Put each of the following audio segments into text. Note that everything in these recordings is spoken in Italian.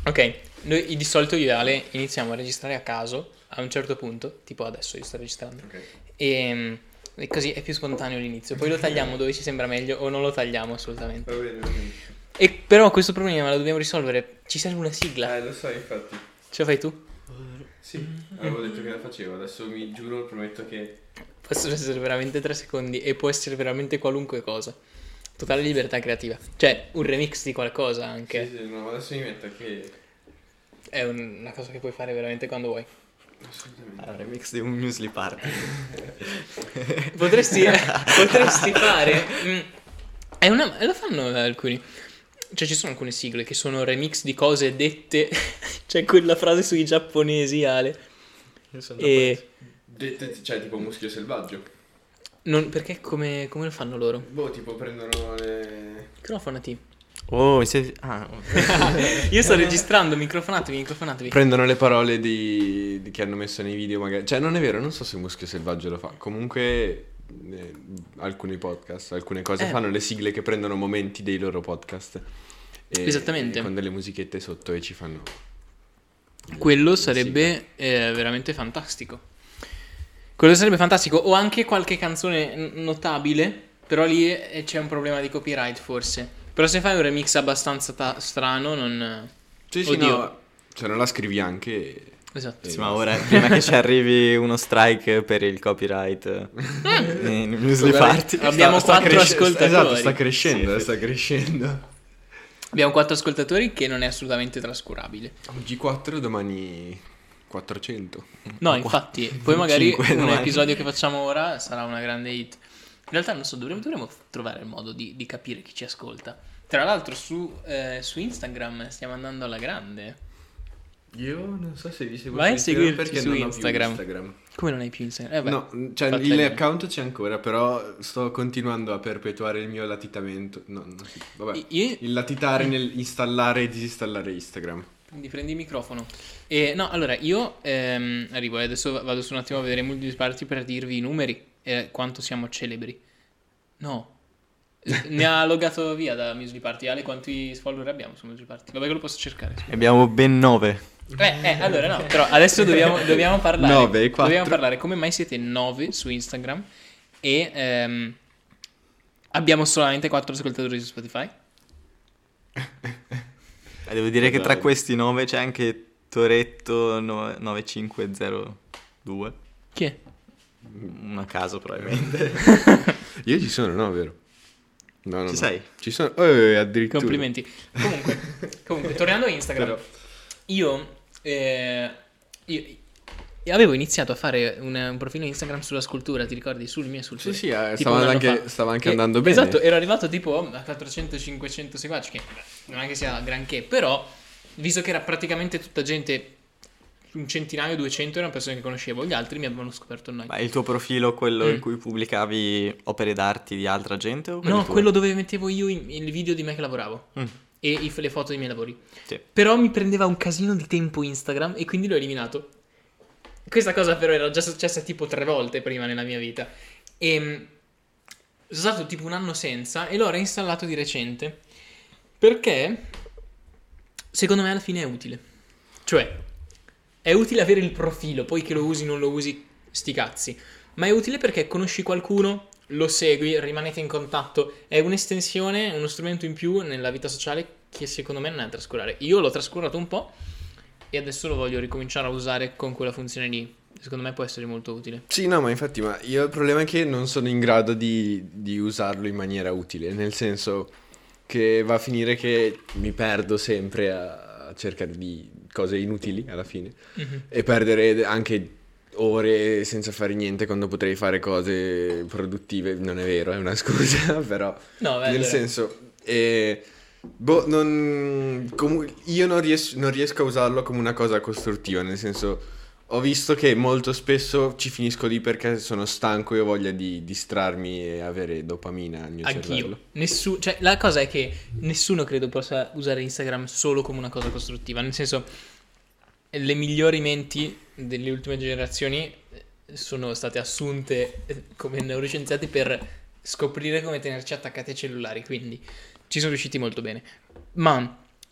Ok, noi di solito io e Ale iniziamo a registrare a caso a un certo punto, tipo adesso io sto registrando, Ok. e così è più spontaneo l'inizio. Poi lo tagliamo dove ci sembra meglio o non lo tagliamo assolutamente. Va bene. E però questo problema lo dobbiamo risolvere. Ci serve una sigla. Lo so, infatti. Ce la fai tu? Sì, avevo detto che la facevo, adesso mi giuro, prometto che... Possono essere veramente 3 secondi e può essere veramente qualunque cosa. Totale libertà creativa. Cioè, un remix di qualcosa anche. Sì, no, adesso mi metto che... È una cosa che puoi fare veramente quando vuoi. Assolutamente. Un remix di un muesli party. Potresti fare... lo fanno alcuni. Cioè ci sono alcune sigle che sono remix di cose dette. C'è quella frase sui giapponesi, Ale. Io sono E Cioè, tipo muschio selvaggio. perché come lo fanno loro? Boh, tipo prendono le... Microfonati. Oh, mi sei... Ah, Io sto registrando, microfonatevi. Prendono le parole che hanno messo nei video magari. Cioè, non è vero, non so se Muschio Selvaggio lo fa. Comunque alcuni podcast, alcune cose fanno le sigle che prendono momenti dei loro podcast. Esattamente. Con delle musichette sotto e ci fanno... Quello le sarebbe veramente fantastico. Quello sarebbe fantastico. O anche qualche canzone notabile. Però lì c'è un problema di copyright forse. Però se fai un remix abbastanza strano non... Sì, Oddio. no, cioè non la scrivi anche... Esatto. sì, ma ora, prima che ci arrivi uno strike per il copyright in muesli party. Abbiamo 4 ascoltatori. Esatto, sta crescendo, Sì. sta crescendo. Abbiamo 4 ascoltatori che non è assolutamente trascurabile. Oggi 4, domani 400. No, infatti, poi magari 5 un domani. episodio che facciamo ora sarà una grande hit. In realtà non so, dovremmo trovare il modo di capire chi ci ascolta. Tra l'altro su Instagram stiamo andando alla grande. Io non so se vi seguo Vai a su Instagram seguirci perché su non ho più Instagram. Instagram. Come non hai più Instagram? No, cioè fatela bene. l'account c'è ancora, però sto continuando a perpetuare il mio latitamento. No, vabbè. Il latitare nel installare e disinstallare Instagram. Prendi il microfono. No, allora io arrivo e adesso vado su un attimo a vedere Multiple Party per dirvi i numeri e quanto siamo celebri. No. Mi ha loggato via da Muesli Party. Ale, quanti follower abbiamo su Muesli Party? Vabbè che lo posso cercare. scusa. Abbiamo ben 9. Allora no, però adesso dobbiamo parlare. 9 e 4. Dobbiamo parlare come mai siete 9 su Instagram e abbiamo solamente 4 ascoltatori su Spotify. Devo dire che tra questi 9 c'è anche Toretto 9502. Chi è? Un a caso probabilmente. Io ci sono, no, vero? No, Ci sei? Ci sono, addirittura. Complimenti. Comunque, tornando a Instagram, Però- io avevo iniziato a fare un profilo Instagram sulla scultura, ti ricordi? Sul mio sul Sì, tuo. sì, Tipo un anno fa. stava anche Che- andando bene. Esatto, ero arrivato tipo a 400-500 seguaci, che non è che sia granché, però visto che era praticamente tutta gente, un centinaio, 200 erano persone che conoscevo, gli altri mi avevano scoperto noi. Ma il tuo profilo, quello in cui pubblicavi opere d'arte di altra gente? O No, tuo? quello dove mettevo io il video di me che lavoravo Mm. e le foto dei miei lavori. Sì. Però mi prendeva un casino di tempo Instagram e quindi l'ho eliminato. Questa cosa però era già successa tipo 3 volte prima nella mia vita. E sono stato tipo un anno senza e l'ho reinstallato di recente perché secondo me alla fine è utile. Cioè, è utile avere il profilo, poi che lo usi non lo usi, sti cazzi. Ma è utile perché conosci qualcuno, lo segui, rimanete in contatto. È un'estensione, uno strumento in più nella vita sociale che secondo me non è da trascurare. Io l'ho trascurato un po' e adesso lo voglio ricominciare a usare con quella funzione lì. Secondo me può essere molto utile. Sì, no, ma infatti, ma io il problema è che non sono in grado di usarlo in maniera utile, nel senso che va a finire che mi perdo sempre a cercare di cose inutili alla fine e perdere anche ore senza fare niente quando potrei fare cose produttive. Non è vero, è una scusa, però No, beh, nel allora. senso io non riesco a usarlo come una cosa costruttiva, nel senso ho visto che molto spesso ci finisco lì perché sono stanco e ho voglia di distrarmi e avere dopamina al mio cervello. Anch'io. Cioè, la cosa è che nessuno credo possa usare Instagram solo come una cosa costruttiva. Nel senso, le migliori menti delle ultime generazioni sono state assunte come neuroscienziati per scoprire come tenerci attaccati ai cellulari. Quindi ci sono riusciti molto bene. Ma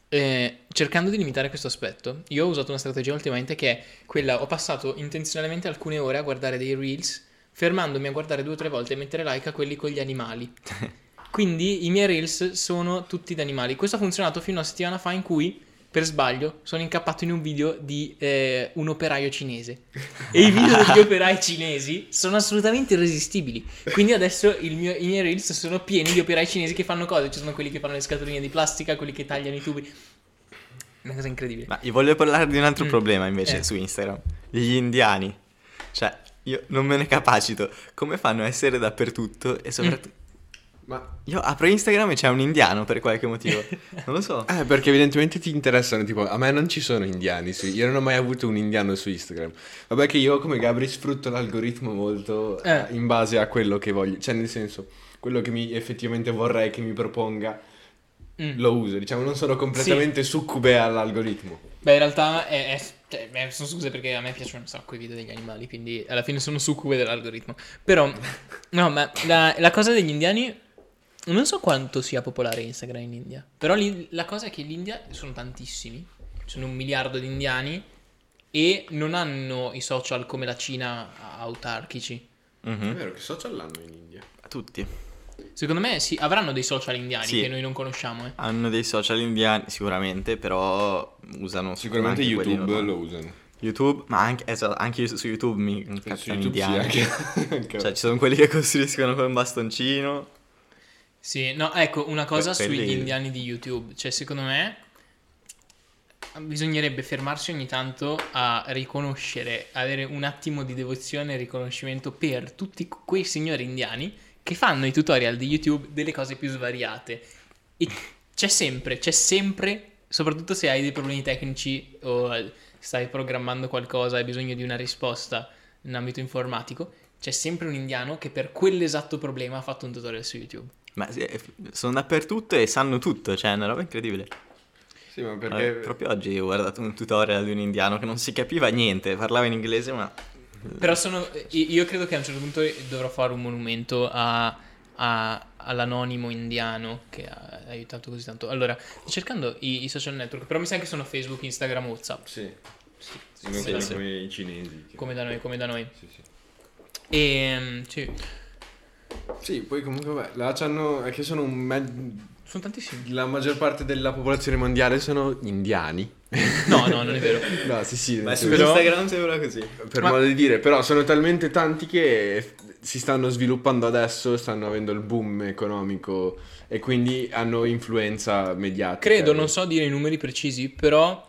cercando di limitare questo aspetto, io ho usato una strategia ultimamente che è quella, ho passato intenzionalmente alcune ore a guardare dei reels, fermandomi a guardare 2 o 3 volte e mettere like a quelli con gli animali. Quindi i miei reels sono tutti di animali. Questo ha funzionato fino a una settimana fa in cui, per sbaglio, sono incappato in un video di un operaio cinese. E i video degli operai cinesi sono assolutamente irresistibili. Quindi adesso i miei reels sono pieni di operai cinesi che fanno cose. Ci sono quelli che fanno le scatoline di plastica, quelli che tagliano i tubi. Una cosa incredibile. Ma io voglio parlare di un altro problema invece su Instagram. Gli indiani. Cioè, io non me ne capacito. Come fanno a essere dappertutto e soprattutto... Ma Io apro Instagram e c'è un indiano per qualche motivo. Non lo so. perché evidentemente ti interessano, tipo, a me non ci sono indiani io non ho mai avuto un indiano su Instagram. Vabbè che io come Gabri sfrutto l'algoritmo molto in base a quello che voglio, cioè nel senso, quello che mi effettivamente vorrei che mi proponga lo uso, diciamo, non sono completamente succube all'algoritmo. Beh, in realtà sono scuse perché a me piacciono un sacco i video degli animali, quindi alla fine sono succube dell'algoritmo. Però, no, ma la cosa degli indiani, non so quanto sia popolare Instagram in India, però la cosa è che l'India sono tantissimi, sono 1 miliardo di indiani e non hanno i social come la Cina autarchici. È vero che social l'hanno in India. Tutti. Secondo me sì, avranno dei social indiani Sì. che noi non conosciamo. Hanno dei social indiani sicuramente, però usano Sicuramente anche quelli YouTube normali. lo usano. YouTube, ma anche su YouTube mi Su capitano YouTube sì, indiani. anche. Cioè ci sono quelli che costruiscono con un bastoncino. Sì, no, ecco, una cosa quelli- sugli indiani di YouTube, cioè secondo me bisognerebbe fermarsi ogni tanto a riconoscere, avere un attimo di devozione e riconoscimento per tutti quei signori indiani che fanno i tutorial di YouTube delle cose più svariate. E c'è sempre, soprattutto se hai dei problemi tecnici o stai programmando qualcosa e hai bisogno di una risposta in ambito informatico, c'è sempre un indiano che per quell'esatto problema ha fatto un tutorial su YouTube. Ma sono dappertutto e sanno tutto, cioè è una roba incredibile. Sì, ma perché Proprio oggi ho guardato un tutorial di un indiano che non si capiva niente, parlava in inglese ma... Però io credo che a un certo punto dovrò fare un monumento all'anonimo indiano che ha aiutato così tanto. Allora, sto cercando i social network, però mi sa che sono Facebook, Instagram, WhatsApp. sì, Sì, non come, quelli da, come i cinesi. come da noi. Sì, sì. E sì, Sì, poi comunque vabbè, là c'hanno è che sono sono tantissimi. la maggior parte della popolazione mondiale sono indiani. No, non è vero. No, sì, Ma nel su senso- Instagram sembra così. per Ma- modo di dire, però sono talmente tanti che si stanno sviluppando adesso, stanno avendo il boom economico e quindi hanno influenza mediatica. Credo, non so dire i numeri precisi, però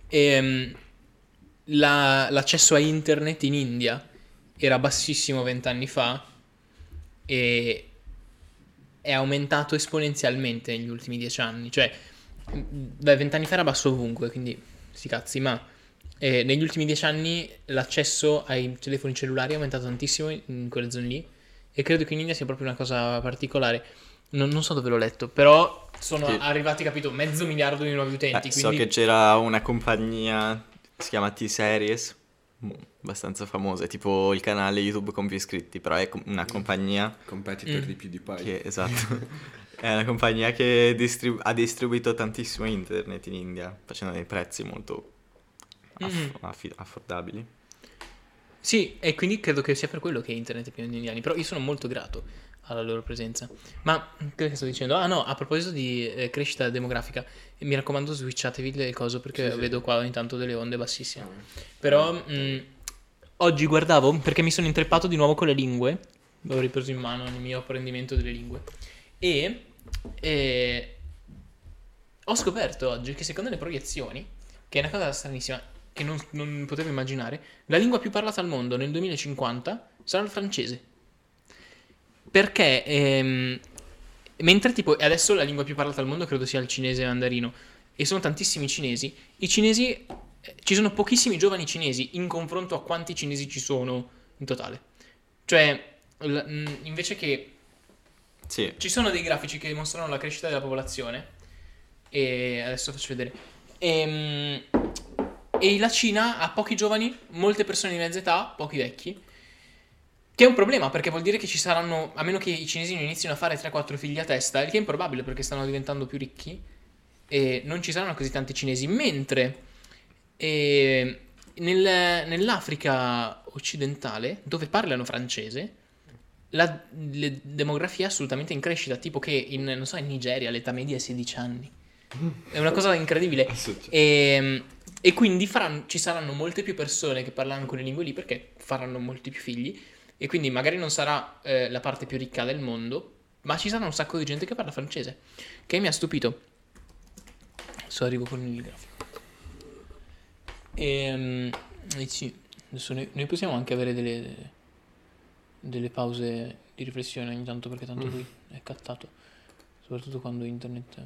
l'accesso a internet in India era bassissimo 20 anni fa e è aumentato esponenzialmente negli ultimi 10 anni. Cioè, 20 anni fa era basso ovunque, quindi sti cazzi, ma negli ultimi 10 anni l'accesso ai telefoni cellulari è aumentato tantissimo in quelle zone lì e credo che in India sia proprio una cosa particolare. Non so dove l'ho letto, però sono Sì. arrivati, capito, 500 milioni di nuovi utenti. So Quindi che c'era una compagnia, si chiama T-Series, abbastanza famosa, è tipo il canale YouTube con più iscritti, però è una compagnia Competitor di PewDiePie. che, esatto, è una compagnia che ha distribuito tantissimo internet in India, facendo dei prezzi molto affordabili. sì, e quindi credo che sia per quello che internet è pieno di indiani. Però io sono molto grato alla loro presenza. Ma che sto dicendo? Ah no, a proposito di crescita demografica, mi raccomando switchatevi le cose perché Sì. vedo qua ogni tanto delle onde bassissime. Però oggi guardavo perché mi sono intreppato di nuovo con le lingue. L'ho ripreso in mano nel mio apprendimento delle lingue. E ho scoperto oggi che secondo le proiezioni, che è una cosa stranissima, che non potevo immaginare, la lingua più parlata al mondo nel 2050 sarà il francese. Perché mentre tipo adesso la lingua più parlata al mondo credo sia il cinese e mandarino e sono tantissimi cinesi, i cinesi ci sono pochissimi giovani cinesi in confronto a quanti cinesi ci sono in totale. Cioè invece che Sì, ci sono dei grafici che dimostrano la crescita della popolazione e adesso faccio vedere. E la Cina ha pochi giovani, molte persone di mezza età, pochi vecchi. Che è un problema perché vuol dire che ci saranno, a meno che i cinesi non inizino a fare 3-4 figli a testa, il che è improbabile perché stanno diventando più ricchi, e non ci saranno così tanti cinesi, mentre nell'Africa occidentale, dove parlano francese, la demografia è assolutamente in crescita, tipo che non so, in Nigeria l'età media è 16 anni. È una cosa incredibile. E quindi ci saranno molte più persone che parlano con le lingue lì perché faranno molti più figli. E quindi magari non sarà la parte più ricca del mondo, ma ci sarà un sacco di gente che parla francese. Che mi ha stupito. Adesso arrivo con il grafico. E sì, adesso noi possiamo anche avere delle pause di riflessione ogni tanto, perché tanto lui è cattato. Soprattutto quando internet...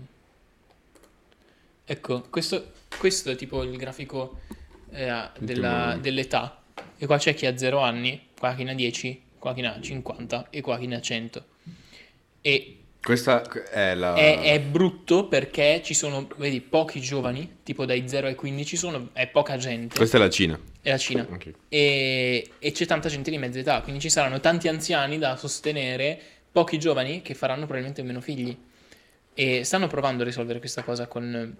Ecco, questo è tipo il grafico dell'età. E qua c'è chi ha 0 anni, qua chi ne ha 10, qua chi ne ha 50 e qua chi ne ha 100. E questa è è brutto perché ci sono, vedi, pochi giovani, tipo dai 0 ai 15 è poca gente. Questa è la Cina. È la Cina. Okay. E c'è tanta gente di mezza età, quindi ci saranno tanti anziani da sostenere, pochi giovani che faranno probabilmente meno figli. E stanno provando a risolvere questa cosa con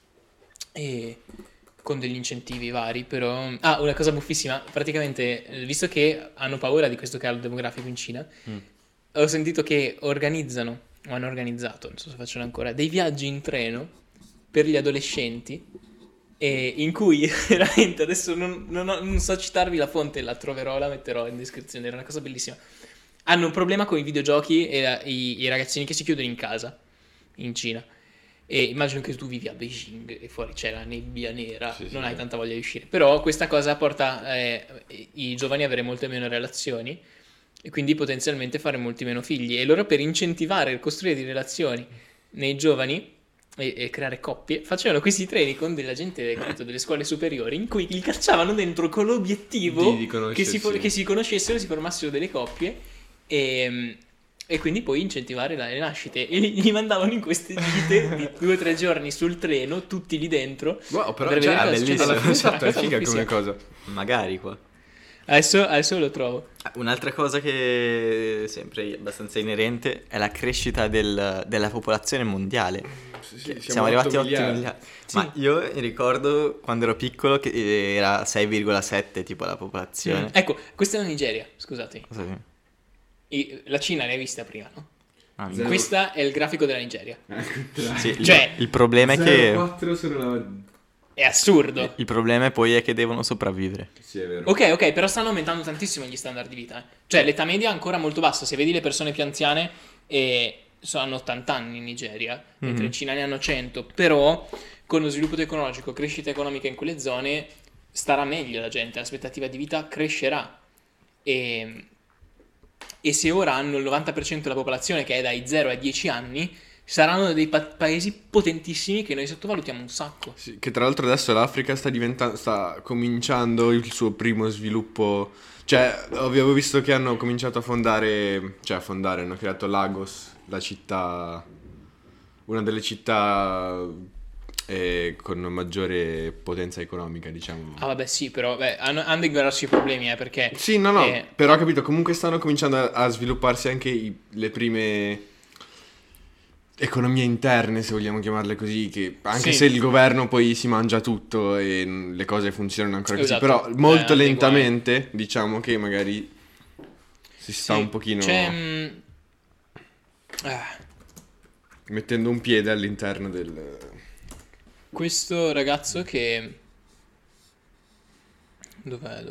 degli incentivi vari, però... Ah, una cosa buffissima, praticamente, visto che hanno paura di questo calo demografico in Cina, ho sentito che hanno organizzato, non so se facciano ancora, dei viaggi in treno per gli adolescenti, in cui veramente, adesso non so citarvi la fonte, la troverò, la metterò in descrizione, era una cosa bellissima. Hanno un problema con i videogiochi e i ragazzini che si chiudono in casa in Cina. E immagino che tu vivi a Beijing e fuori c'è la nebbia nera, non hai tanta voglia di uscire. Però questa cosa porta i giovani a avere molte meno relazioni e quindi potenzialmente fare molti meno figli. E loro, per incentivare e costruire di relazioni nei giovani e creare coppie, facevano questi treni con della gente, capito, delle scuole superiori, in cui li cacciavano dentro con l'obiettivo che si conoscessero, si formassero delle coppie e quindi poi incentivare le nascite. E li mandavano in queste gite di 2 o 3 giorni sul treno, tutti lì dentro. Wow, però per vedere cosa bellissimo. succede. è figa come cosa. Magari qua. Adesso lo trovo. Un'altra cosa che è sempre abbastanza inerente è la crescita della popolazione mondiale. Siamo arrivati a 8 miliardi. Sì. Ma io mi ricordo quando ero piccolo che era 6,7 tipo la popolazione. Ecco, questa è la Nigeria, scusate. Cosa che- La Cina l'hai vista prima, no? Ah, Zero. Questa è il grafico della Nigeria. sì, Cioè- il problema è che 0,4 sono È assurdo. il problema poi è che devono sopravvivere. Sì, è vero. Ok, però stanno aumentando tantissimo gli standard di vita. Cioè, l'età media è ancora molto bassa. Se vedi le persone più anziane, hanno 80 anni in Nigeria, mentre in Cina ne hanno 100. Però, con lo sviluppo tecnologico, crescita economica in quelle zone, starà meglio la gente, l'aspettativa di vita crescerà. E se ora hanno il 90% della popolazione che è dai 0 ai 10 anni, saranno dei paesi potentissimi che noi sottovalutiamo un sacco. Sì, che tra l'altro adesso l'Africa sta cominciando il suo primo sviluppo. Cioè, avevo visto che hanno cominciato a fondare, hanno creato Lagos, la città, una delle città con maggiore potenza economica, diciamo. Ah vabbè sì, però hanno dei grossi problemi, perché... Sì, no, però ho capito, comunque stanno cominciando a svilupparsi anche le prime economie interne, se vogliamo chiamarle così, che anche Sì. se il governo poi si mangia tutto e le cose funzionano ancora così, Esatto. però molto Dei lentamente, diciamo che magari si sta Sì, un pochino c'è... mettendo un piede all'interno del... questo ragazzo che... Dov'è?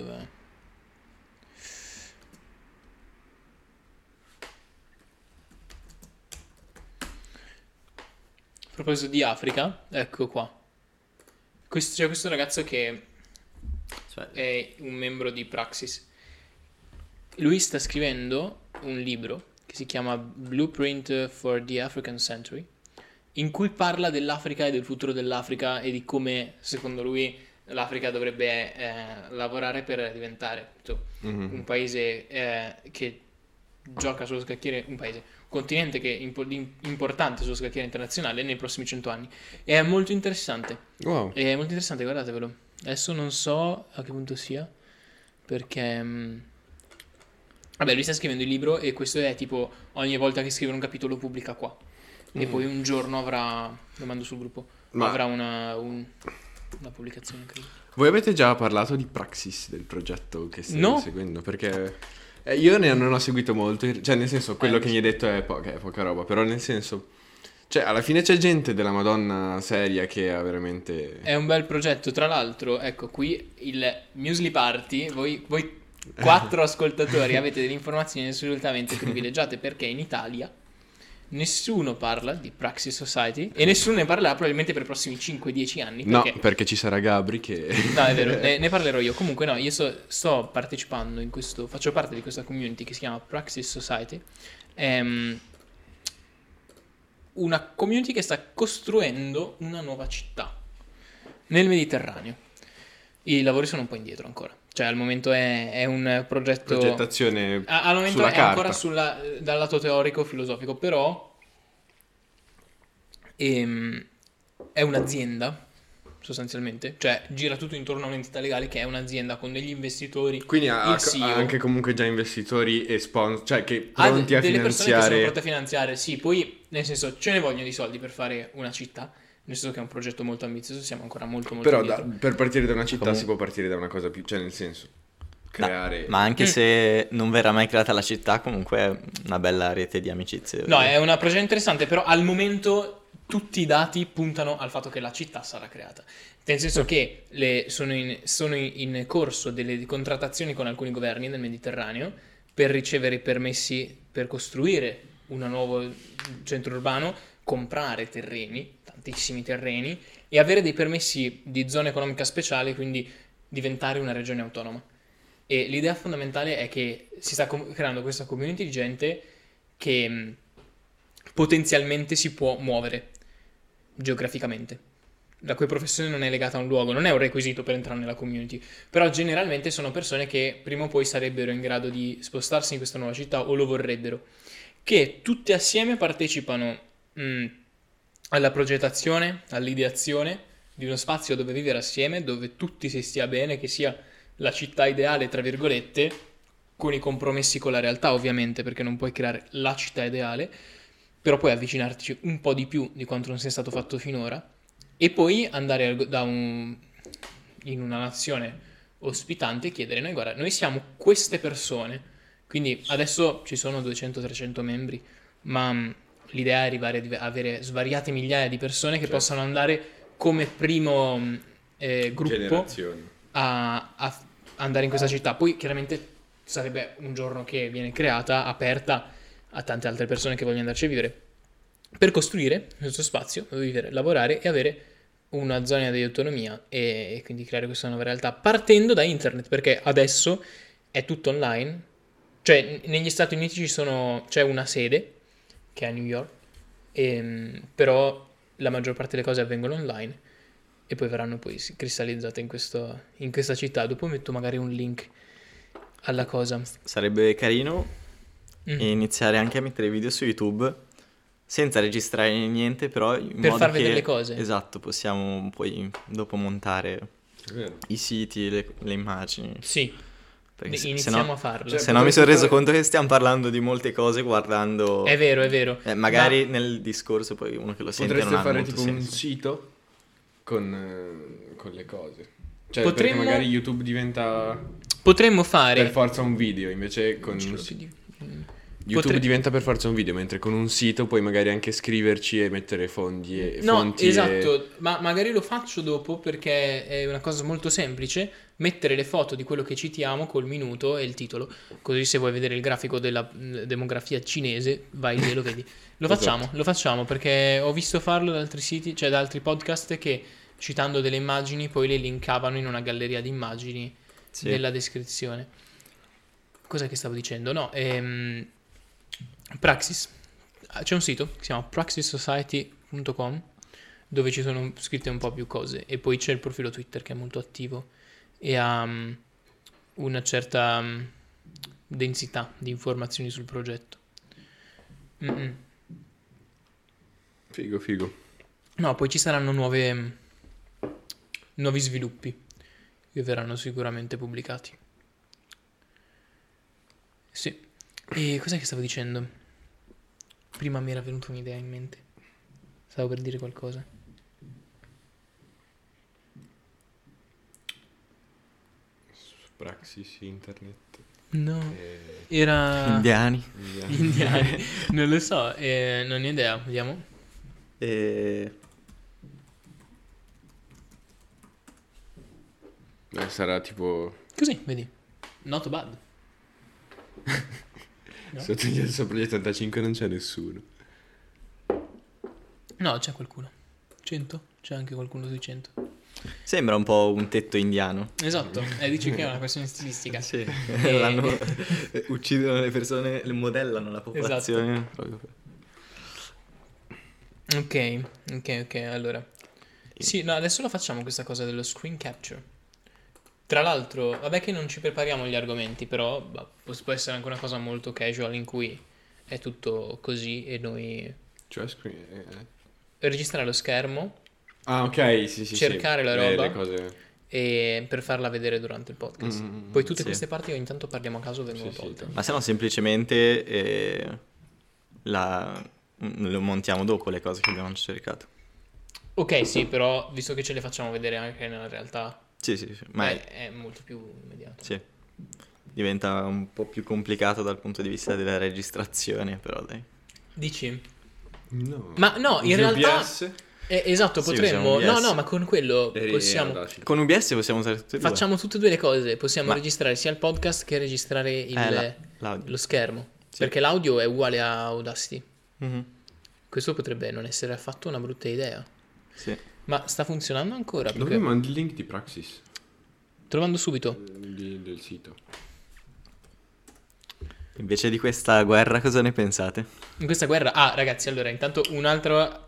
A proposito di Africa, ecco qua. C'è questo ragazzo che Cioè, è un membro di Praxis. Lui sta scrivendo un libro che si chiama Blueprint for the African Century, in cui parla dell'Africa e del futuro dell'Africa e di come, secondo lui, l'Africa dovrebbe lavorare per diventare un paese che gioca sullo scacchiere, un continente che è importante sullo scacchiere internazionale nei prossimi 100 anni. E è molto interessante. Wow. È molto interessante, guardatevelo. Adesso non so a che punto sia, perché... Vabbè, lui sta scrivendo il libro e questo è tipo ogni volta che scrive un capitolo pubblica qua. E poi un giorno lo mando sul gruppo. Ma- avrà una pubblicazione, credo. Voi avete già parlato di Praxis, del progetto che state No. seguendo? Perché io non ho seguito molto, cioè nel senso quello che sì. mi hai detto è poca roba, però nel senso, cioè alla fine c'è gente della Madonna seria che ha veramente... È un bel progetto, tra l'altro, ecco qui il Muesli Party, voi 4 ascoltatori avete delle informazioni assolutamente privilegiate perché in Italia nessuno parla di Praxis Society e nessuno ne parlerà probabilmente per i prossimi 5-10 anni No, perché... perché ci sarà Gabri che... No, è vero, ne parlerò io. Comunque no, io sto partecipando in questo, faccio parte di questa community che si chiama Praxis Society. Una community che sta costruendo una nuova città nel Mediterraneo. I lavori sono un po' indietro ancora. Cioè, al momento è un progetto... Progettazione Al momento sulla è carta. ancora dal lato teorico, filosofico, però è un'azienda, sostanzialmente. Cioè, gira tutto intorno a un'entità legale che è un'azienda con degli investitori, Quindi ha, il CEO, ha anche comunque già investitori e sponsor, cioè che ha pronti a delle persone che sono finanziare... pronte a finanziare, sì, poi nel senso ce ne vogliono di soldi per fare una città, nel senso che è un progetto molto ambizioso, siamo ancora molto Però indietro. per partire da una città Comunque- si può partire da una cosa più, cioè nel senso, No, creare... ma anche se non verrà mai creata la città, comunque è una bella rete di amicizie. No, è una progetto interessante, però al momento tutti i dati puntano al fatto che la città sarà creata. Nel senso che sono in corso delle contrattazioni con alcuni governi del Mediterraneo per ricevere i permessi per costruire un nuovo centro urbano, comprare terreni, tantissimi terreni, e avere dei permessi di zona economica speciale, quindi diventare una regione autonoma. E l'idea fondamentale è che si sta creando questa community di gente che potenzialmente si può muovere geograficamente, la cui professione non è legata a un luogo, non è un requisito per entrare nella community, però generalmente sono persone che prima o poi sarebbero in grado di spostarsi in questa nuova città o lo vorrebbero, che tutte assieme partecipano alla progettazione, all'ideazione di uno spazio dove vivere assieme, dove tutti si stia bene, che sia la città ideale, tra virgolette, con i compromessi con la realtà ovviamente, perché non puoi creare la città ideale, però puoi avvicinarti un po' di più di quanto non sia stato fatto finora, e poi andare in una nazione ospitante e chiedere: noi, guarda, noi siamo queste persone, quindi adesso ci sono 200-300 membri, ma l'idea è arrivare a avere svariate migliaia di persone che Certo. possano andare come primo gruppo generazioni. a andare in questa città. Poi chiaramente sarebbe un giorno che viene creata, aperta a tante altre persone che vogliono andarci a vivere, per costruire questo spazio dove vivere, lavorare e avere una zona di autonomia e quindi creare questa nuova realtà partendo da internet, perché adesso è tutto online. Cioè negli Stati Uniti c'è una sede che è a New York, però la maggior parte delle cose avvengono online e poi verranno poi cristallizzate in questa città. Dopo metto magari un link alla cosa. Sarebbe carino Mm. iniziare anche a mettere video su YouTube senza registrare niente, però in Per modo far che... vedere le cose. Esatto, possiamo poi dopo montare È vero. i siti, le immagini. Sì, Perché iniziamo a farlo. Cioè, se no mi sono potresti reso fare- conto che stiamo parlando di molte cose guardando... È vero, è vero. magari Ma nel discorso poi uno che lo sente Potreste non ha fare molto tipo un senso. sito con le cose. Cioè, Potremmo- perché magari YouTube diventa potremmo fare... per forza un video, invece con Ce un l'ho sito. più di- YouTube diventa per forza un video, mentre con un sito puoi magari anche scriverci e mettere fondi e No, fonti esatto, ma magari lo faccio dopo perché è una cosa molto semplice, mettere le foto di quello che citiamo col minuto e il titolo, così se vuoi vedere il grafico della demografia cinese, vai lì e lo vedi. Esatto. Lo facciamo perché ho visto farlo da altri siti, cioè da altri podcast che citando delle immagini poi le linkavano in una galleria di immagini Sì. nella descrizione. Cos'è che stavo dicendo? No, Praxis. C'è un sito che si chiama praxissociety.com dove ci sono scritte un po' più cose e poi c'è il profilo Twitter che è molto attivo e ha una certa densità di informazioni sul progetto. Mm-mm. Figo. No, poi ci saranno nuovi sviluppi che verranno sicuramente pubblicati. Sì. E cos'è che stavo dicendo? Prima mi era venuta un'idea in mente. Stavo per dire qualcosa. Praxis, internet. No, era... Indiani. Gli indiani. Non lo so, non ho idea, vediamo. Sarà tipo... Così, vedi. Not bad. No? Sopra gli 85 non c'è nessuno. No, c'è qualcuno. 100? C'è anche qualcuno sui 100. Sembra un po' un tetto indiano. Esatto, dici che è una questione stilistica. Sì, E- uccidono le persone, le modellano la popolazione. Ok, allora. Sì, no, adesso la facciamo questa cosa dello screen capture. Tra l'altro, vabbè che non ci prepariamo gli argomenti, però può essere anche una cosa molto casual in cui è tutto così e noi Cioè, registrare lo schermo Ah, ok, sì. cercare la Le roba cose... e per farla vedere durante il podcast. Poi tutte sì. queste parti ogni tanto parliamo a caso vengono Sì, tolte. Ma se no semplicemente lo montiamo dopo le cose che abbiamo cercato. Ok, sì, però visto che ce le facciamo vedere anche nella realtà, Sì, ma è molto più immediato. sì. Diventa un po' più complicato dal punto di vista della registrazione, però dai. Dici? No. Ma no, in Usi realtà... OBS? esatto, Sì, potremmo... usiamo No, OBS. ma con quello possiamo... Audacity. Con OBS possiamo usare tutte e due. Facciamo tutte e due le cose. Possiamo Ma- registrare sia il podcast che registrare l'audio. lo schermo. Sì. Perché l'audio è uguale a Audacity. Mhm. Questo potrebbe non essere affatto una brutta idea. Sì. Ma sta funzionando ancora? Dove Perché... mandi il link di Praxis? Trovando subito. Del sito. Invece di questa guerra cosa ne pensate? In questa guerra... Ah, ragazzi, allora, intanto un altro...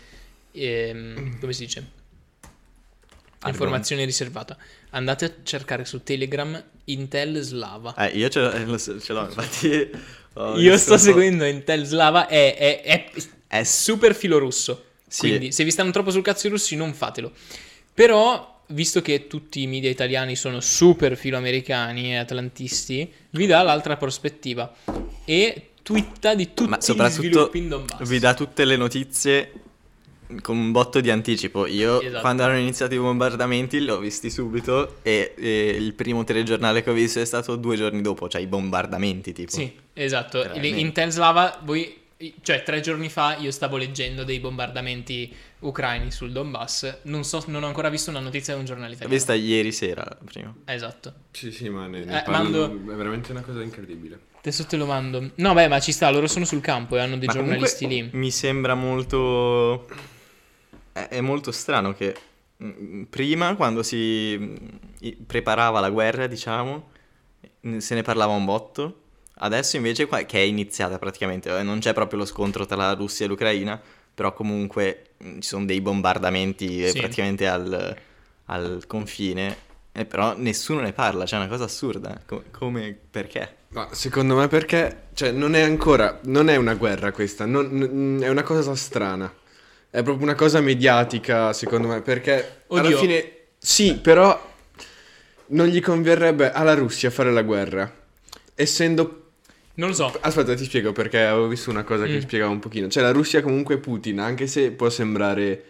come si dice? Informazione riservata. Andate a cercare su Telegram Intel Slava. Io ce l'ho, infatti. Io sto seguendo Intel Slava, è super filorusso. Sì. Quindi se vi stanno troppo sul cazzo i russi non fatelo. Però, visto che tutti i media italiani sono super filoamericani e atlantisti, vi dà l'altra prospettiva. E twitta di tutti Ma gli soprattutto sviluppi in Donbass. vi dà tutte le notizie con un botto di anticipo. Io Esatto. quando erano iniziati i bombardamenti li ho visti subito e il primo telegiornale che ho visto è stato 2 giorni dopo, cioè i bombardamenti tipo. Sì, esatto. Veramente. Intel Slava, cioè 3 giorni fa io stavo leggendo dei bombardamenti ucraini sul Donbass. Non ho ancora visto una notizia di un giornale L'ho italiano. vista ieri sera prima. Esatto. Sì, ma ne mando- parlano, è veramente una cosa incredibile. Adesso te lo mando. No, beh, ma ci sta, loro sono sul campo e hanno dei Ma giornalisti comunque lì. mi sembra molto è molto strano che prima quando preparava la guerra, diciamo, se ne parlava un botto. Adesso invece che è iniziata praticamente, non c'è proprio lo scontro tra la Russia e l'Ucraina, però comunque ci sono dei bombardamenti Sì. praticamente al confine, e però nessuno ne parla, cioè è una cosa assurda. Come, perché? Ma secondo me perché, cioè non è una guerra questa, è una cosa strana. È proprio una cosa mediatica, secondo me, perché alla Oddio. fine sì, però non gli converrebbe alla Russia fare la guerra, essendo... Non lo so. Aspetta, ti spiego perché avevo visto una cosa che spiegava un pochino. Cioè la Russia comunque Putin, anche se può sembrare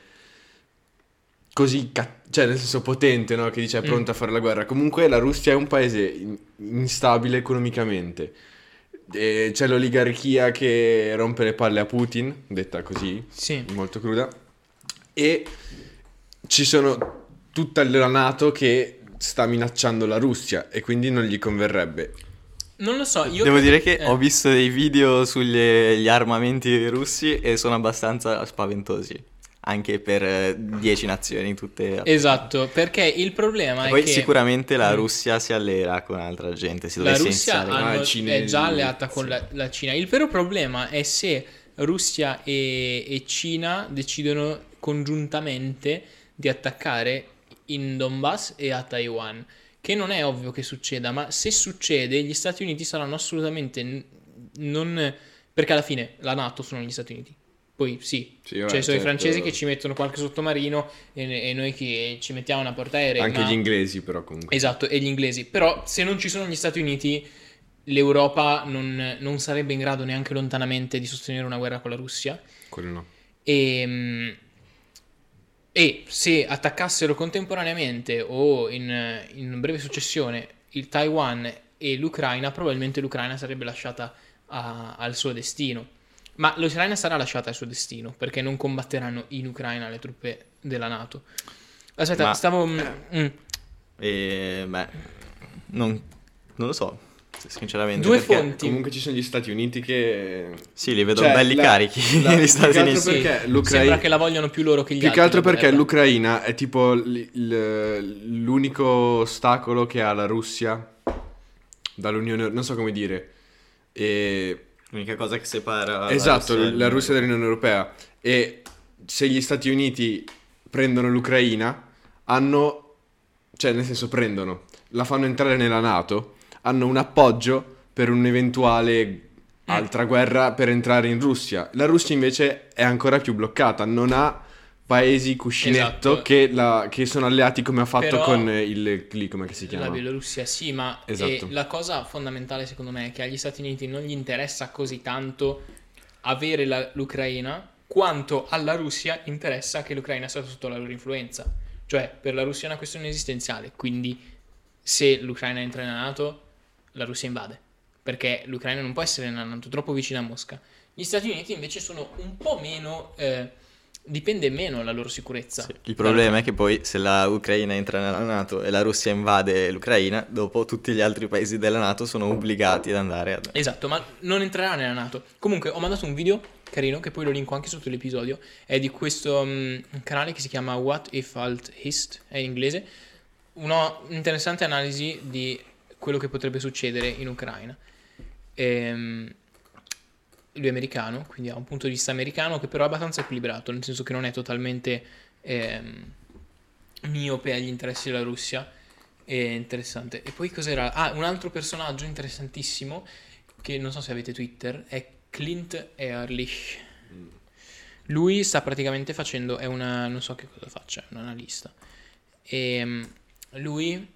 così, cioè nel senso potente, no? Che dice è pronta a fare la guerra. Comunque la Russia è un paese instabile economicamente. E c'è l'oligarchia che rompe le palle a Putin, detta così, Sì. molto cruda. E ci sono tutta la NATO che sta minacciando la Russia e quindi non gli converrebbe. Non lo so, io Devo credo- dire che ho visto dei video sugli armamenti russi e sono abbastanza spaventosi, anche per 10 nazioni tutte. Esatto, perché il problema E è poi che sicuramente la Russia si alleerà con altra gente, si la dovesse Russia iniziare. i cinesi, è già alleata con la Cina. Il vero problema è se Russia e Cina decidono congiuntamente di attaccare in Donbass e a Taiwan, che non è ovvio che succeda, ma se succede gli Stati Uniti saranno assolutamente non... perché alla fine la NATO sono gli Stati Uniti. Poi sì, Sì, vabbè, cioè sono i certo. francesi che ci mettono qualche sottomarino e noi che ci mettiamo una portaerei. Anche ma- gli inglesi però comunque. Esatto, e gli inglesi. Però se non ci sono gli Stati Uniti, l'Europa non sarebbe in grado neanche lontanamente di sostenere una guerra con la Russia. Quello no. E se attaccassero contemporaneamente o in breve successione il Taiwan e l'Ucraina, probabilmente l'Ucraina sarebbe lasciata al suo destino. Ma l'Ucraina sarà lasciata al suo destino, perché non combatteranno in Ucraina le truppe della NATO. Aspetta, non lo so, sinceramente. Due perché fonti. Comunque ci sono gli Stati Uniti che... Sì, li vedo belli carichi gli Stati Uniti. Sì, sembra che la vogliono più loro che gli altri. Più che altro la perché guerra. l'Ucraina è tipo l'unico ostacolo che ha la Russia dall'Unione, non so come dire. E... L'unica cosa che separa Esatto, la Russia dall'Unione dall'Unione Europea. E se gli Stati Uniti prendono l'Ucraina, hanno, cioè nel senso prendono, la fanno entrare nella NATO, hanno un appoggio per un'eventuale altra guerra per entrare in Russia. La Russia invece è ancora più bloccata, non ha paesi cuscinetto Esatto. che sono alleati come ha fatto Però con lì, come si chiama? La Bielorussia, sì, ma Esatto. la cosa fondamentale secondo me è che agli Stati Uniti non gli interessa così tanto avere l'Ucraina quanto alla Russia interessa che l'Ucraina sia sotto la loro influenza. Cioè, per la Russia è una questione esistenziale, quindi se l'Ucraina entra nella NATO, la Russia invade, perché l'Ucraina non può essere nella NATO, troppo vicina a Mosca. Gli Stati Uniti invece sono un po' meno... dipende meno la loro sicurezza. Sì, il problema è che poi se la Ucraina entra nella NATO e la Russia invade l'Ucraina, dopo tutti gli altri paesi della NATO sono obbligati ad andare ad... Esatto, ma non entrerà nella NATO. Comunque ho mandato un video carino, che poi lo linko anche sotto l'episodio, è di questo canale che si chiama What If Alt Hist, è in inglese, una interessante analisi di quello che potrebbe succedere in Ucraina. Lui è americano, quindi ha un punto di vista americano che però è abbastanza equilibrato, nel senso che non è totalmente miope agli interessi della Russia. È interessante. E poi cos'era? Ah, un altro personaggio interessantissimo che non so se avete Twitter, è Clint Ehrlich. Lui sta praticamente facendo, non so che cosa faccia, è un analista. E lui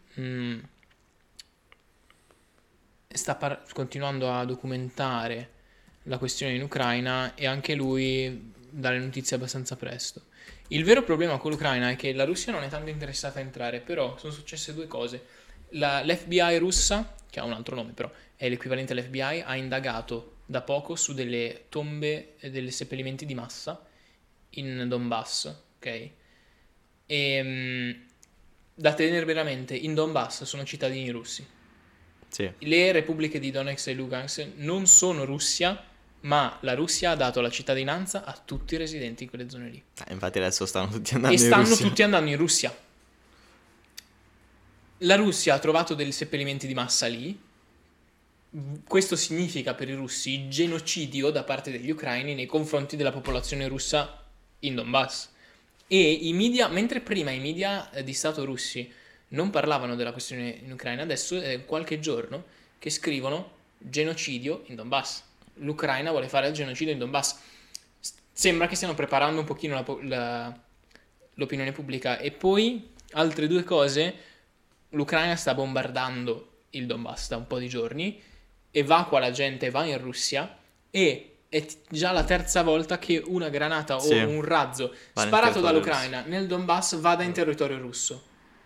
sta continuando a documentare la questione in Ucraina e anche lui dà le notizie abbastanza presto. Il vero problema con l'Ucraina è che la Russia non è tanto interessata a entrare, però sono successe due cose. L'FBI russa, che ha un altro nome però, è l'equivalente all'FBI, ha indagato da poco su delle tombe e dei seppellimenti di massa in Donbass, ok? E da tenere veramente, in Donbass sono cittadini russi. Sì. Le repubbliche di Donetsk e Lugansk non sono Russia, ma la Russia ha dato la cittadinanza a tutti i residenti in quelle zone lì. Infatti adesso stanno tutti andando E in stanno Russia. tutti andando in Russia. La Russia ha trovato dei seppellimenti di massa lì. Questo significa per i russi genocidio da parte degli ucraini nei confronti della popolazione russa in Donbass. E i media, mentre prima i media di Stato russi non parlavano della questione in Ucraina, adesso è qualche giorno che scrivono genocidio in Donbass. L'Ucraina vuole fare il genocidio in Donbass. Sembra che stiano preparando un pochino l'opinione pubblica. E poi, altre due cose, l'Ucraina sta bombardando il Donbass da un po' di giorni, evacua la gente, va in Russia, e è già la terza volta che una granata o un razzo va sparato dall'Ucraina nel Donbass vada in territorio russo.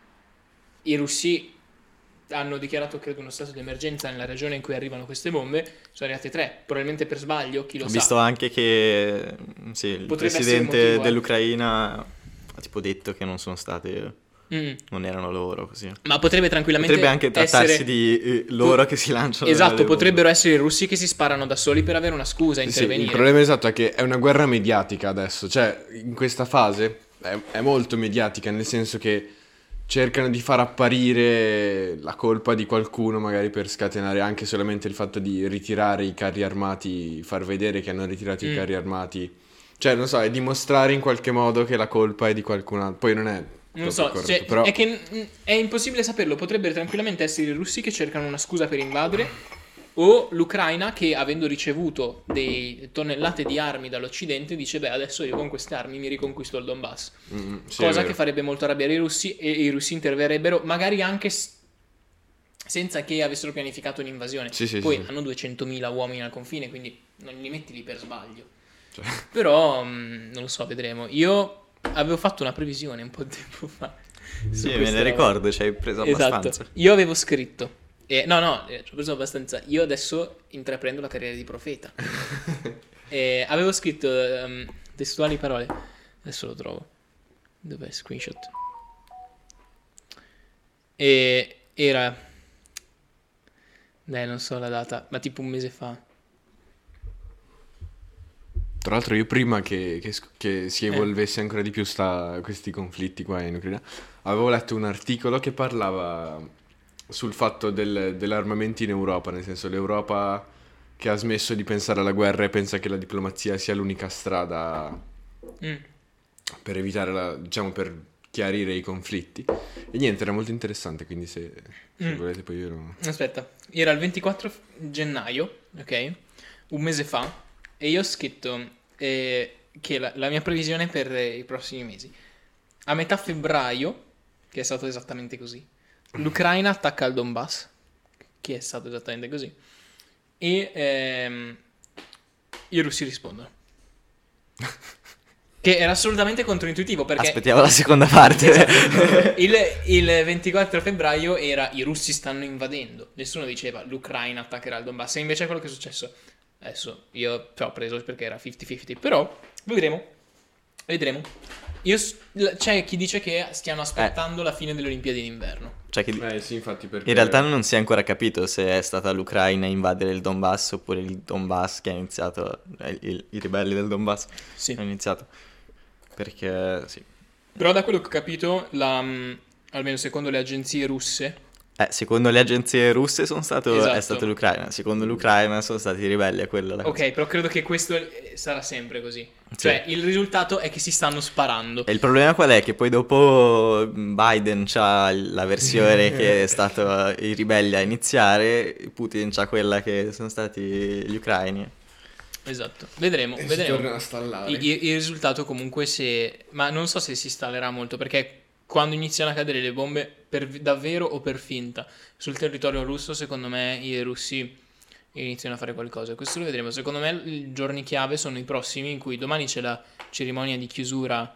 I russi hanno dichiarato, credo, uno stato di emergenza nella regione in cui arrivano queste bombe. Sono arrivate 3, probabilmente per sbaglio, chi lo Ho sa. visto anche che sì, il Potrebbe presidente essere motivo, dell'Ucraina ha tipo detto che non sono state, non erano loro così. Ma potrebbe tranquillamente Potrebbe anche trattarsi essere... di loro che si lanciano Esatto, delle bombe. potrebbero essere i russi che si sparano da soli per avere una scusa a Sì, intervenire. il problema esatto è che è una guerra mediatica adesso, cioè in questa fase è molto mediatica, nel senso che cercano di far apparire la colpa di qualcuno magari per scatenare anche solamente il fatto di ritirare i carri armati, far vedere che hanno ritirato i carri armati, cioè non so, è dimostrare in qualche modo che la colpa è di qualcun altro, poi non è Non so, corretto, cioè, però... è che è impossibile saperlo. Potrebbero tranquillamente essere i russi che cercano una scusa per invadere, o l'Ucraina che, avendo ricevuto dei tonnellate di armi dall'Occidente, dice: beh, adesso io con queste armi mi riconquisto il Donbass. sì, è Cosa vero. che farebbe molto arrabbiare i russi, e i russi interverrebbero magari anche senza che avessero pianificato un'invasione. Sì, Poi sì. hanno 200.000 uomini al confine, quindi non li metti lì per sbaglio. Cioè, Però non lo so, vedremo. Io avevo fatto una previsione un po' di tempo fa. su Sì, me questa ne roba. ricordo, ci hai preso Esatto. abbastanza. Io avevo scritto No, ci ho preso abbastanza. Io adesso intraprendo la carriera di profeta. Avevo scritto testuali parole. Adesso lo trovo. Dov'è screenshot? E era... non so la data, ma tipo un mese fa. Tra l'altro io prima che si evolvesse ancora di più questi conflitti qua in Ucraina, avevo letto un articolo che parlava sul fatto dell'armamento in Europa, nel senso l'Europa che ha smesso di pensare alla guerra e pensa che la diplomazia sia l'unica strada Mm. per evitare, diciamo, per chiarire i conflitti. E niente, era molto interessante, quindi se volete poi io Aspetta, era il 24 gennaio, ok? Un mese fa, e io ho scritto che la mia previsione per i prossimi mesi. A metà febbraio, che è stato esattamente così, l'Ucraina attacca il Donbass, che è stato esattamente così, e i russi rispondono. Che era assolutamente controintuitivo perché... Aspettiamo la seconda parte. Esatto. Il 24 febbraio era i russi stanno invadendo. Nessuno diceva l'Ucraina attaccherà il Donbass. E invece è quello che è successo. Adesso io ho preso perché era 50-50. Però vedremo. C'è chi dice che stiano aspettando la fine delle Olimpiadi d'inverno. Cioè che sì, infatti, perché in realtà non si è ancora capito se è stata l'Ucraina a invadere il Donbass oppure il Donbass che ha iniziato, i ribelli del Donbass Sì. hanno iniziato. Perché sì. Però da quello che ho capito, almeno secondo le agenzie russe... Secondo le agenzie russe è Esatto. stato l'Ucraina. Secondo l'Ucraina sono stati i ribelli, a quella la cosa. Ok, però credo che questo sarà sempre così. Cioè, il risultato è che si stanno sparando. E il problema qual è? Che poi dopo Biden c'ha la versione che è stato i ribelli a iniziare, Putin c'ha quella che sono stati gli ucraini. Esatto, vedremo. si torna a stallare. Il risultato comunque ma non so se si installerà molto perché quando iniziano a cadere le bombe per davvero o per finta sul territorio russo, secondo me i russi iniziano a fare qualcosa. Questo lo vedremo. Secondo me i giorni chiave sono i prossimi, in cui domani c'è la cerimonia di chiusura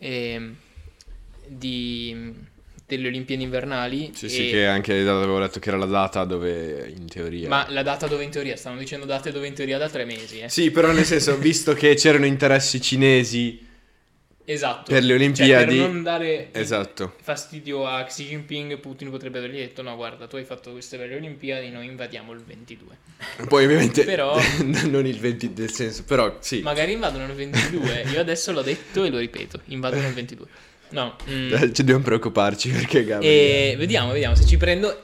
delle Olimpiadi invernali. Sì, che anche avevo letto che era la data dove in teoria... Ma la data dove in teoria, stanno dicendo date dove in teoria da 3 mesi. Sì, però nel senso, visto che c'erano interessi cinesi Esatto. per le Olimpiadi... per non dare Esatto. fastidio a Xi Jinping, Putin potrebbe avergli detto: no, guarda, tu hai fatto queste belle Olimpiadi, noi invadiamo il 22. Poi ovviamente Però non il 20 del senso, però sì. magari invadono il 22. Io adesso l'ho detto e lo ripeto, invadono il 22. No. Ci dobbiamo preoccuparci perché E vediamo se ci prendo.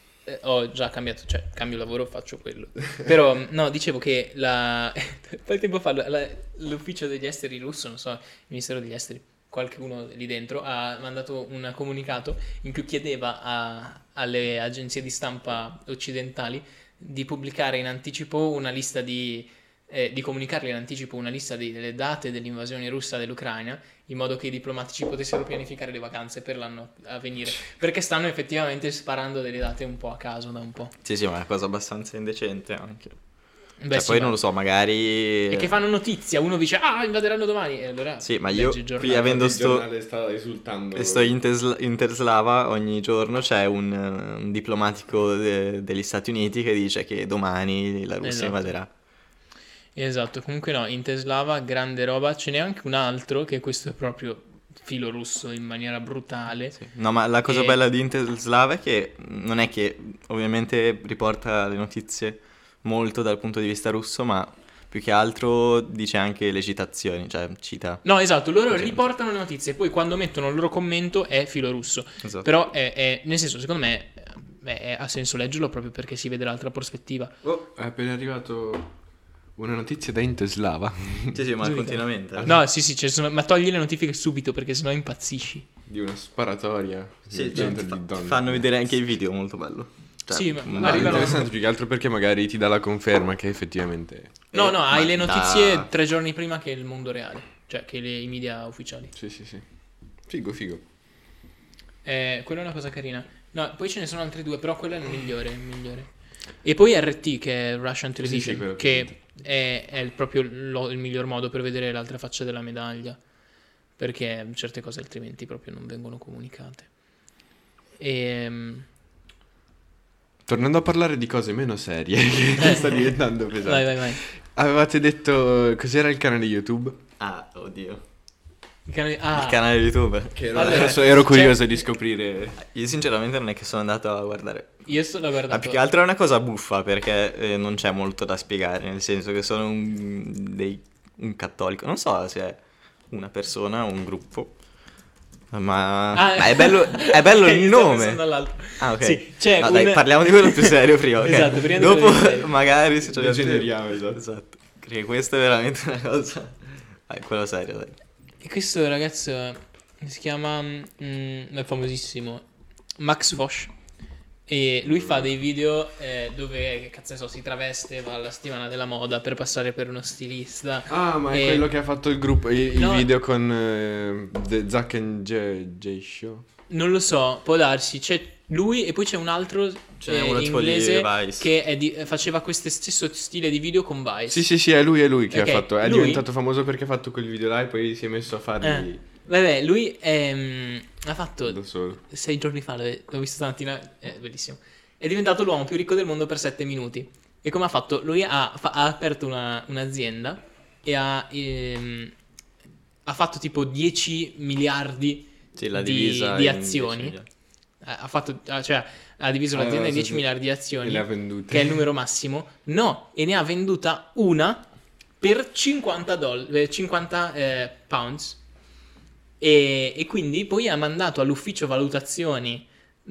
Ho già cambiato, cioè cambio lavoro, faccio quello. Però no, dicevo che qualche tempo fa l'ufficio degli esteri russo, non so, il Ministero degli Esteri, qualcuno lì dentro ha mandato un comunicato in cui chiedeva alle agenzie di stampa occidentali di pubblicare in anticipo una lista di comunicarle in anticipo una lista delle date dell'invasione russa dell'Ucraina, in modo che i diplomatici potessero pianificare le vacanze per l'anno a venire, perché stanno effettivamente sparando delle date un po' a caso da un po'. Sì, ma è una cosa abbastanza indecente anche. Beh, Cioè, sì, poi non lo so, magari... E che fanno notizia, uno dice invaderanno domani, e allora Sì, ma leggi io il giornale. qui avendo Il giornale sta esultando. e sto in Terslava, ogni giorno c'è un diplomatico degli Stati Uniti che dice che domani la Russia Esatto. invaderà. Esatto, comunque no, in Teslava grande roba, ce n'è anche un altro che questo è proprio filo russo in maniera brutale. Sì. No, ma la cosa bella di Interslava è che non è che ovviamente riporta le notizie molto dal punto di vista russo, ma più che altro dice anche le citazioni, cioè cita. No, esatto, loro gente. riportano le notizie, poi quando mettono il loro commento è filo russo. Esatto. Però nel senso, secondo me ha senso leggerlo proprio perché si vede l'altra prospettiva. Oh, è appena arrivato una notizia da Inteslava. Sì, ma Subito. continuamente. No, sì, ma togli le notifiche subito perché sennò impazzisci. Di una sparatoria Sì, nel centro di Donetsk. fanno vedere anche il video, molto bello. Cioè, Sì, ma No, è arrivano- interessante più che altro perché magari ti dà la conferma che effettivamente... No, hai ma le notizie 3 giorni prima che il mondo reale, cioè che i media ufficiali. Sì. Figo. Quella è una cosa carina. No, poi ce ne sono altre due, però quella è il migliore. E poi RT, che è Russian Television, quello che è proprio il miglior modo per vedere l'altra faccia della medaglia, perché certe cose altrimenti proprio non vengono comunicate. tornando a parlare di cose meno serie, che sta diventando pesante. Vai. Avevate detto cos'era il canale YouTube? Ah, oddio. Il canale... Il canale YouTube. Allora, Ero curioso di scoprire. Io sinceramente non è che sono andato a guardare. Io l'ho guardato. Ma più che altro è una cosa buffa perché non c'è molto da spiegare, nel senso che sono un cattolico. Non so se è una persona o un gruppo. Ma è bello il nome. Ah, ok. Sì, c'è No, dai, parliamo di quello più serio prima. Ok? Esatto, prima di Dopo quello più serio. magari se Degeneriamo, esatto. Perché questo è veramente una cosa. Vai, quello serio, dai. E questo ragazzo si chiama, è famosissimo, Max Fosh. E lui fa dei video dove, che cazzo ne so, si traveste, va alla settimana della moda per passare per uno stilista. Ah, ma è quello che ha fatto il gruppo, il video con The Zack and Jay Show. Non lo so, può darsi. C'è lui e poi c'è un altro uno tipo di inglese Vice. che faceva questo stesso stile di video con Vice. Sì, è lui che Ok, ha fatto. È lui- diventato famoso perché ha fatto quel video là e poi si è messo a farli Vabbè, lui ha fatto da solo. 6 giorni fa, l'ho visto stamattina, è bellissimo. È diventato l'uomo più ricco del mondo per 7 minuti. E come ha fatto? Lui ha aperto un'azienda e ha fatto tipo 10 miliardi Sì, la di divisa di in azioni. 10 miliardi. Ha diviso l'azienda in 10 sì. miliardi di azioni, E le ha vendute. che è il numero massimo. No, e ne ha venduta una per 50 pounds. E quindi poi ha mandato all'ufficio valutazioni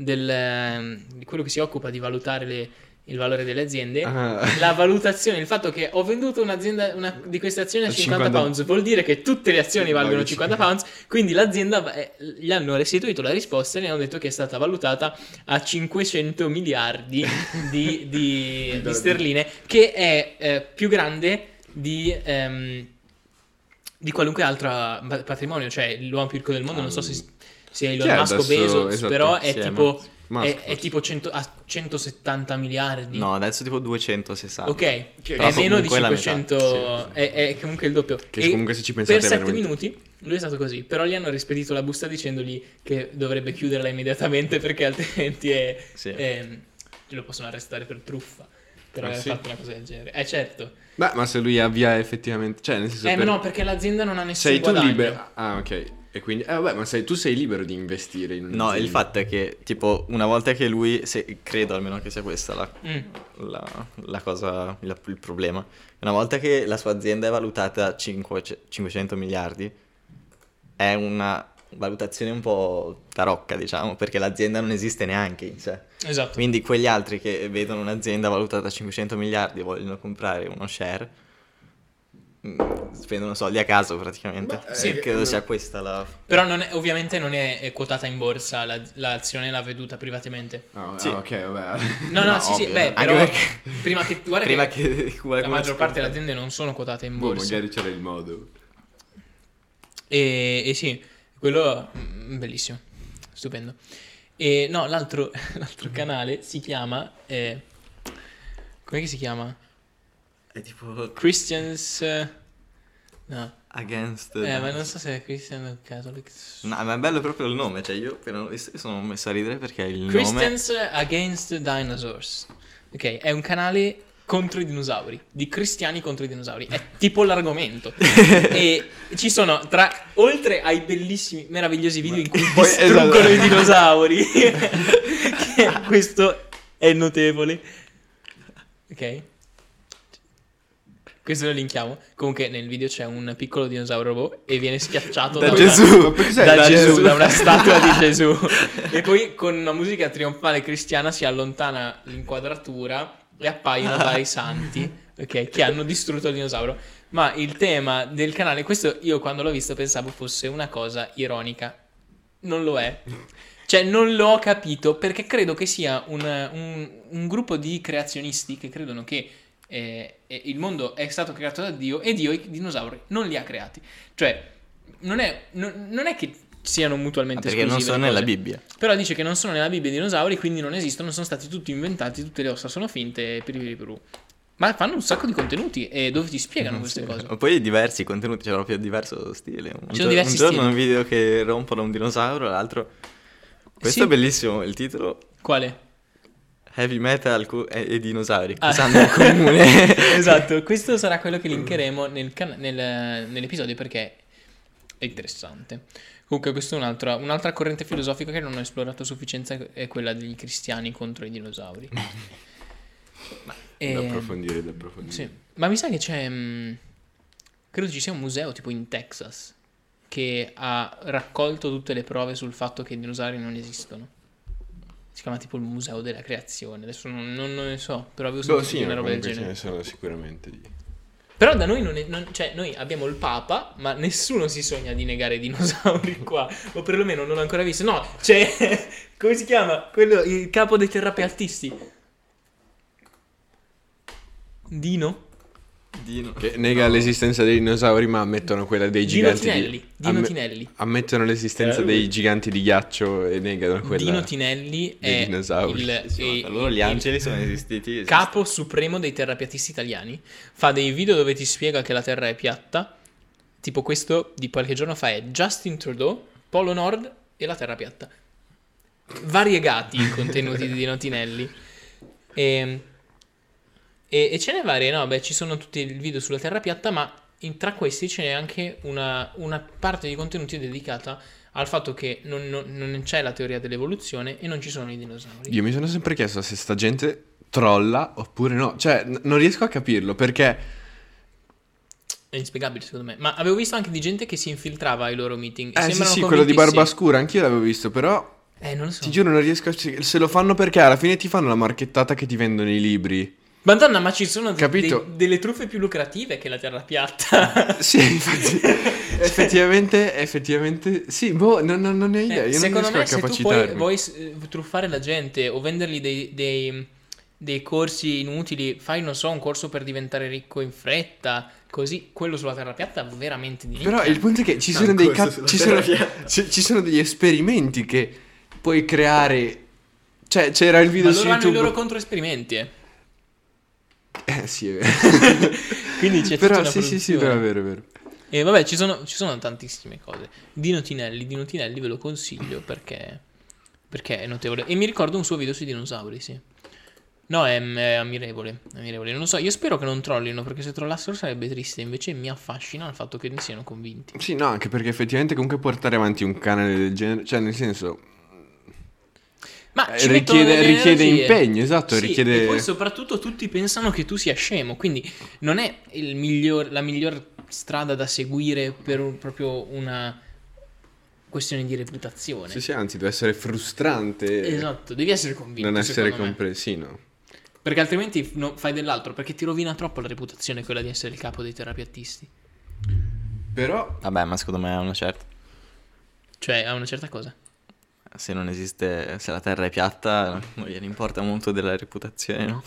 di quello che si occupa di valutare il valore delle aziende, la valutazione, il fatto che ho venduto un'azienda, una di queste azioni a 50 pounds, vuol dire che tutte le azioni valgono 50 pounds, quindi l'azienda gli hanno restituito la risposta e gli hanno detto che è stata valutata a 500 miliardi di sterline, che è più grande di qualunque altro patrimonio, cioè l'uomo più ricco del mondo, non so se è Elon Chi è Musk o adesso? Bezos, Esatto. però è Sì, è tipo Musk, è tipo 170 miliardi. No, adesso tipo 260. Ok, è Però meno di comunque la 500, metà, sì. è comunque il doppio. Che E comunque se ci pensate per è 7 veramente- minuti lui è stato così, però gli hanno rispedito la busta dicendogli che dovrebbe chiuderla immediatamente perché altrimenti Sì. lo possono arrestare per truffa per Ah, aver sì? fatto una cosa del genere. Certo. Beh, ma se lui avvia effettivamente, cioè nel senso Ma no, perché l'azienda non ha nessun sei tu guadagno. libero. Ah, ok. E quindi vabbè, ma tu sei libero di investire in No, il fatto è che, tipo, una volta che lui, credo almeno che sia questa la cosa, il problema, una volta che la sua azienda è valutata a 500 miliardi, è una valutazione un po' tarocca, diciamo, perché l'azienda non esiste neanche in sé. Esatto. Quindi quegli altri che vedono un'azienda valutata a 500 miliardi e vogliono comprare uno share, spendono soldi a caso praticamente. sì. Credo sia questa la... Però ovviamente non è quotata in borsa, l'azione l'ha veduta privatamente. Sì. Ok, vabbè. No, sì, ovvio. beh, Anche però perché- prima che guarda Prima che che la qualcuno maggior parte delle scompare. aziende non sono quotate in Boh, borsa. magari c'era il modo. E sì, quello bellissimo, stupendo. E no, l'altro canale si chiama com'è che si chiama? È tipo Christians no, against... ma non so se è Christian Catholics. No, ma è bello proprio il nome, cioè io appena l'ho visto mi sono messo a ridere perché il nome... Christians Against Dinosaurs. Ok, è un canale contro i dinosauri, di cristiani contro i dinosauri. È tipo l'argomento. E ci sono oltre ai bellissimi, meravigliosi video in cui distruggono esatto. i dinosauri. Che questo è notevole. Ok. Questo lo linkiamo. Comunque nel video c'è un piccolo dinosauro robot e viene schiacciato Da da Gesù. Ma perché sei da Gesù, Gesù? da una statua di Gesù. E poi con una musica trionfale cristiana si allontana l'inquadratura e appaiono vari santi, ok, che hanno distrutto il dinosauro. Ma il tema del canale, questo io quando l'ho visto pensavo fosse una cosa ironica. Non lo è. Cioè non l'ho capito perché credo che sia un gruppo di creazionisti che credono che il mondo è stato creato da Dio e Dio i dinosauri non li ha creati. Cioè non è che siano mutualmente Perché non esclusive sono le nella cose. Bibbia. Però dice che non sono nella Bibbia i dinosauri, quindi non esistono, sono stati tutti inventati, tutte le ossa sono finte, piripiripuru. Ma fanno un sacco di contenuti e dove ti spiegano queste cose. Ma poi diversi contenuti, c'è proprio diverso stile. Diversi un giorno stili. un video che rompono un dinosauro, l'altro... Questo Sì. è bellissimo, il titolo... Quale? Heavy metal e dinosauri, cosa hanno in comune? Esatto, questo sarà quello che linkeremo nell'episodio perché è interessante. Comunque questa è un'altra corrente filosofica che non ho esplorato a sufficienza, è quella degli cristiani contro i dinosauri. Da approfondire. Sì. Ma mi sa che c'è, credo ci sia un museo tipo in Texas che ha raccolto tutte le prove sul fatto che i dinosauri non esistono. Si chiama tipo il Museo della Creazione. Adesso non ne so, però avevo sentito Sì, una roba del comunque ce genere. ne sono sicuramente di... Però da noi cioè noi abbiamo il Papa, ma nessuno si sogna di negare i dinosauri qua, o perlomeno non l'ho ancora visto. No, c'è, come si chiama? Quello, il capo dei terrapiattisti. Dino? Che nega l'esistenza dei dinosauri, ma ammettono quella dei giganti. Dino Tinelli. Ammettono l'esistenza dei giganti di ghiaccio e negano quella Dino Tinelli dei è dinosauri. Allora gli angeli sono esistiti. capo supremo dei terrapiattisti italiani. Fa dei video dove ti spiega che la Terra è piatta. Tipo questo di qualche giorno fa è Justin Trudeau, Polo Nord e la Terra piatta. Variegati i contenuti di Dino Tinelli. E ce n'è varie, no? Beh, ci sono tutti i video sulla Terra piatta, ma tra questi ce n'è anche una parte di contenuti dedicata al fatto che non c'è la teoria dell'evoluzione e non ci sono i dinosauri. Io mi sono sempre chiesto se sta gente trolla oppure no. Cioè, non riesco a capirlo perché... È inspiegabile secondo me. Ma avevo visto anche di gente che si infiltrava ai loro meeting. sì, quello di Barbascura, anch'io l'avevo visto, però... non lo so. Ti giuro, non riesco a... Se lo fanno perché alla fine ti fanno la marchettata che ti vendono i libri. Madonna, ma ci sono Capito? delle truffe più lucrative che la Terra piatta. Sì, infatti, effettivamente, sì, boh, non ne ho idea, io secondo non riesco me a se tu capacitarmi. vuoi truffare la gente o vendergli dei corsi inutili, fai, non so, un corso per diventare ricco in fretta, così, quello sulla Terra piatta veramente di nicchia. Però il punto è che ci sono ci sono degli esperimenti che puoi creare. Cioè, c'era il video ma su loro hanno i YouTube. loro controesperimenti, Sì, è vero. Quindi c'è Però tutta una sì, però è vero. E vabbè, ci sono tantissime cose. Dino Tinelli ve lo consiglio perché è notevole. E mi ricordo un suo video sui dinosauri, sì. No, è ammirevole. Non lo so, io spero che non trollino, perché se trollassero sarebbe triste. Invece mi affascina il fatto che ne siano convinti. Sì, no, anche perché effettivamente comunque portare avanti un canale del genere, cioè nel senso... Ma ci mettono delle richiede energie. impegno, esatto, Sì, richiede... E poi soprattutto tutti pensano che tu sia scemo, quindi non è la miglior strada da seguire per proprio una questione di reputazione. Sì, anzi, deve essere frustrante. Esatto, devi essere convinto. Non essere secondo me. comprensino. Perché altrimenti fai dell'altro, perché ti rovina troppo la reputazione quella di essere il capo dei terrapiattisti. Però... Vabbè, ma secondo me è una certa. Cioè, a una certa cosa. Se non esiste, se la terra è piatta, non gliene importa molto della reputazione, no?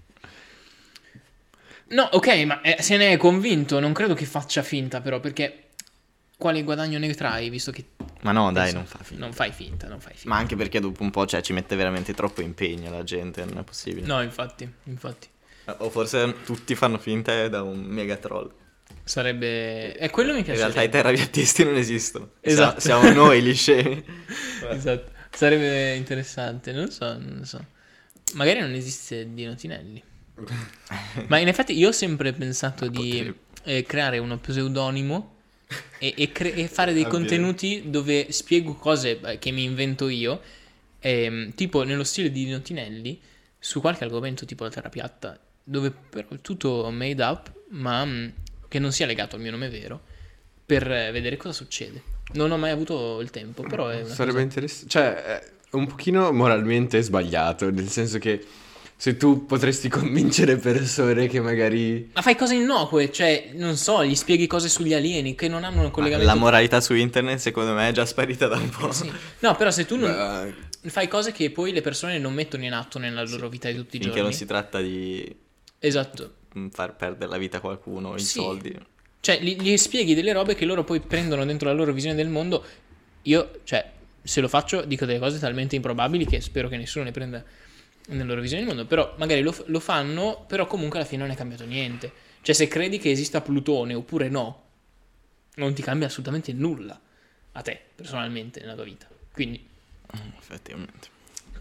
No, ok, ma se ne è convinto, non credo che faccia finta però, perché quale guadagno ne trai, visto che... Ma no, dai, non fa finta. Non fai finta. Ma anche perché dopo un po', cioè, ci mette veramente troppo impegno la gente, non è possibile. No, infatti. O forse tutti fanno finta da un mega troll. Sarebbe... E quello mi In piace. realtà i terrapiattisti non esistono. Esatto. Siamo noi gli scemi. Esatto. Sarebbe interessante, non so. Magari non esiste Dino Tinelli. Ma in effetti io ho sempre pensato di creare uno pseudonimo e fare dei contenuti dove spiego cose che mi invento io, tipo nello stile di Dino Tinelli, su qualche argomento tipo la Terra piatta, dove però è tutto made up, ma che non sia legato al mio nome vero, per vedere cosa succede. Non ho mai avuto il tempo, però è una Sarebbe cosa... interessante. Cioè, è un pochino moralmente sbagliato, nel senso che se tu potresti convincere persone che magari... Ma fai cose innocue, cioè, non so, gli spieghi cose sugli alieni che non hanno un collegamento... La moralità su internet secondo me è già sparita da un po'. Sì. No, però se tu non... fai cose che poi le persone non mettono in atto nella loro vita di tutti i Finché giorni. non si tratta di Esatto. far perdere la vita a qualcuno, i Sì. soldi. Cioè, gli spieghi delle robe che loro poi prendono dentro la loro visione del mondo. Io, cioè, se lo faccio, dico delle cose talmente improbabili che spero che nessuno ne prenda nella loro visione del mondo. Però magari lo fanno, però comunque alla fine non è cambiato niente. Cioè, se credi che esista Plutone oppure no, non ti cambia assolutamente nulla a te, personalmente, nella tua vita. Quindi, Effettivamente.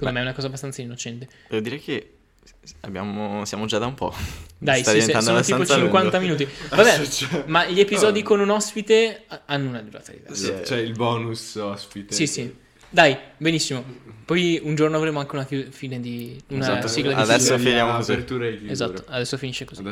Secondo me è una cosa abbastanza innocente. Devo dire che siamo già da un po'. Dai, Sta sì, diventando sono tipo abbastanza 50 lungo. minuti. Vabbè, ma gli episodi con un ospite hanno una durata diversa. C'è il bonus ospite. Sì, sì. Dai, benissimo. Poi un giorno avremo anche una fine di una Esatto, sigla di adesso chiusura. finiamo così. Apertura e chiusura. Esatto, adesso finisce così.